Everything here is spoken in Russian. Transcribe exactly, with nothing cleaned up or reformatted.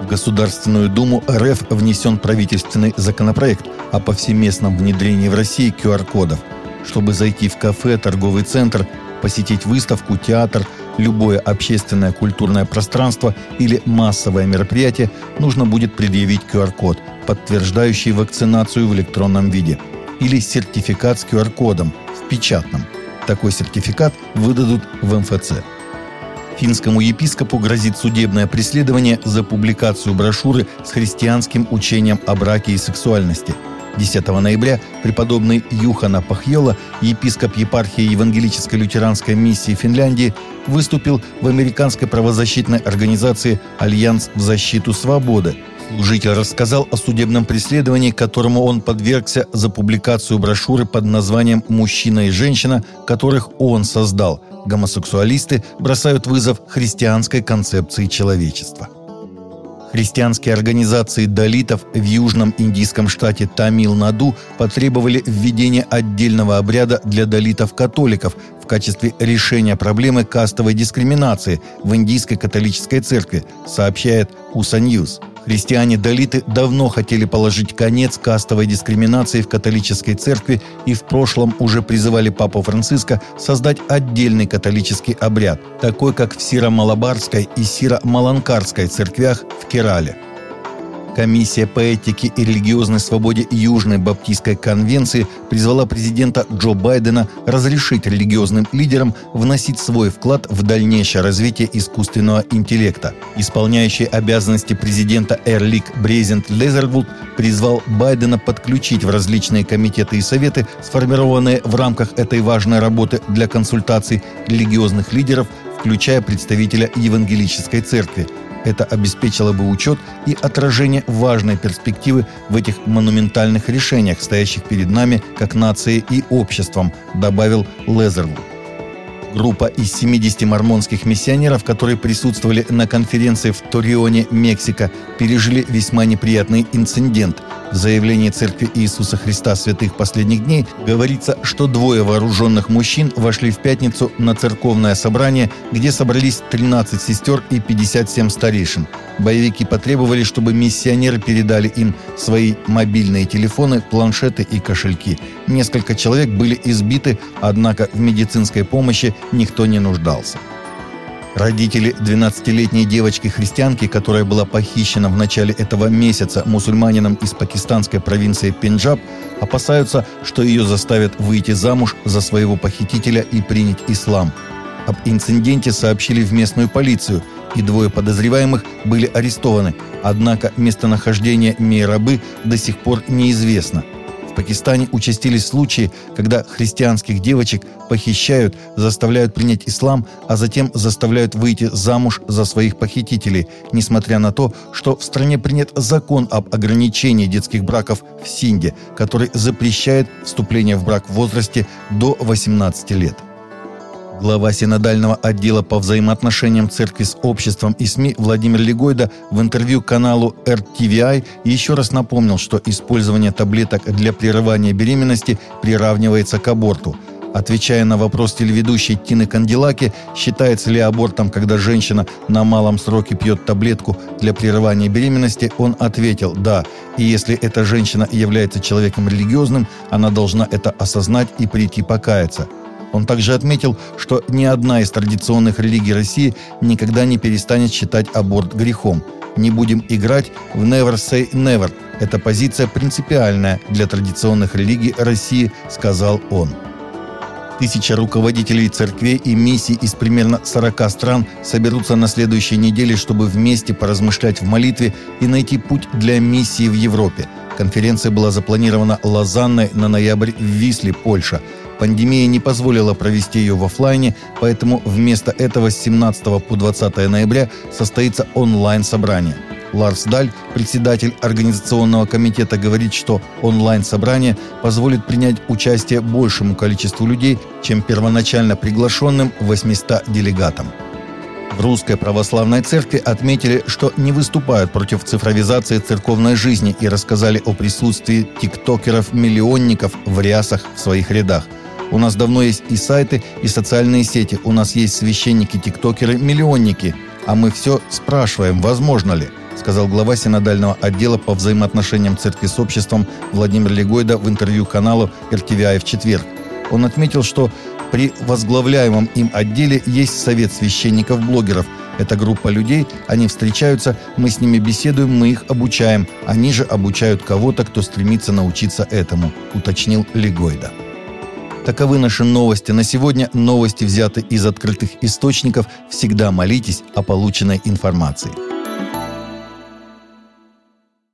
В Государственную Думу эр эф внесен правительственный законопроект о повсеместном внедрении в России ку ар кодов. Чтобы зайти в кафе, торговый центр, посетить выставку, театр, любое общественное культурное пространство или массовое мероприятие, нужно будет предъявить ку ар код, подтверждающий вакцинацию в электронном виде, или сертификат с ку ар кодом в печатном. Такой сертификат выдадут в эм эф цэ. Финскому епископу грозит судебное преследование за публикацию брошюры с христианским учением о браке и сексуальности. десятого ноября преподобный Юхана Пахьола, епископ епархии Евангелической лютеранской миссии Финляндии, выступил в американской правозащитной организации «Альянс в защиту свободы». Служитель рассказал о судебном преследовании, которому он подвергся за публикацию брошюры под названием «Мужчина и женщина», которых он создал. Гомосексуалисты бросают вызов христианской концепции человечества. Христианские организации далитов в южном индийском штате Тамил-Наду потребовали введения отдельного обряда для далитов-католиков в качестве решения проблемы кастовой дискриминации в индийской католической церкви, сообщает Уса Ньюс. Христиане-далиты давно хотели положить конец кастовой дискриминации в католической церкви и в прошлом уже призывали Папу Франциска создать отдельный католический обряд, такой как в Сиро-Малабарской и Сиро-Маланкарской церквях в Керале. Комиссия по этике и религиозной свободе Южной Баптистской конвенции призвала президента Джо Байдена разрешить религиозным лидерам вносить свой вклад в дальнейшее развитие искусственного интеллекта. Исполняющий обязанности президента Эрлик Брезент Лезервуд призвал Байдена подключить в различные комитеты и советы, сформированные в рамках этой важной работы для консультаций религиозных лидеров, включая представителя Евангелической церкви. Это обеспечило бы учет и отражение важной перспективы в этих монументальных решениях, стоящих перед нами как нацией и обществом, добавил Лезервуд. Группа из семидесяти мормонских миссионеров, которые присутствовали на конференции в Торреоне, Мексика, пережили весьма неприятный инцидент. В заявлении Церкви Иисуса Христа Святых Последних Дней говорится, что двое вооруженных мужчин вошли в пятницу на церковное собрание, где собрались тринадцать сестер и пятьдесят семь старейшин. Боевики потребовали, чтобы миссионеры передали им свои мобильные телефоны, планшеты и кошельки. Несколько человек были избиты, однако в медицинской помощи никто не нуждался. Родители двенадцатилетней девочки-христианки, которая была похищена в начале этого месяца мусульманином из пакистанской провинции Пенджаб, опасаются, что ее заставят выйти замуж за своего похитителя и принять ислам. Об инциденте сообщили в местную полицию, и двое подозреваемых были арестованы, однако местонахождение Мейрабы до сих пор неизвестно. В Пакистане участились случаи, когда христианских девочек похищают, заставляют принять ислам, а затем заставляют выйти замуж за своих похитителей, несмотря на то, что в стране принят закон об ограничении детских браков в Синде, который запрещает вступление в брак в возрасте до восемнадцати лет. Глава синодального отдела по взаимоотношениям церкви с обществом и СМИ Владимир Легойда в интервью каналу эр ти ви ай еще раз напомнил, что использование таблеток для прерывания беременности приравнивается к аборту. Отвечая на вопрос телеведущей Тины Канделаки, считается ли абортом, когда женщина на малом сроке пьет таблетку для прерывания беременности, он ответил «да». И если эта женщина является человеком религиозным, она должна это осознать и прийти покаяться. Он также отметил, что ни одна из традиционных религий России никогда не перестанет считать аборт грехом. «Не будем играть в never say never». Эта позиция принципиальная для традиционных религий России, сказал он. Тысяча руководителей церквей и миссий из примерно сорока стран соберутся на следующей неделе, чтобы вместе поразмышлять в молитве и найти путь для миссии в Европе. Конференция была запланирована Лозанной на ноябрь в Висле, Польша. Пандемия не позволила провести ее в офлайне, поэтому вместо этого с семнадцатого по двадцатое ноября состоится онлайн-собрание. Ларс Даль, председатель организационного комитета, говорит, что онлайн-собрание позволит принять участие большему количеству людей, чем первоначально приглашенным восьмистам делегатам. В Русской Православной Церкви отметили, что не выступают против цифровизации церковной жизни и рассказали о присутствии тиктокеров-миллионников в рясах в своих рядах. У нас давно есть и сайты, и социальные сети. У нас есть священники-тиктокеры-миллионники. А мы все спрашиваем, возможно ли, сказал глава синодального отдела по взаимоотношениям церкви с обществом Владимир Легойда в интервью каналу эр тэ вэ ай в четверг. Он отметил, что при возглавляемом им отделе есть совет священников-блогеров. Это группа людей, они встречаются, мы с ними беседуем, мы их обучаем. Они же обучают кого-то, кто стремится научиться этому, уточнил Легойда. Таковы наши новости на сегодня. Новости взяты из открытых источников. Всегда молитесь о полученной информации.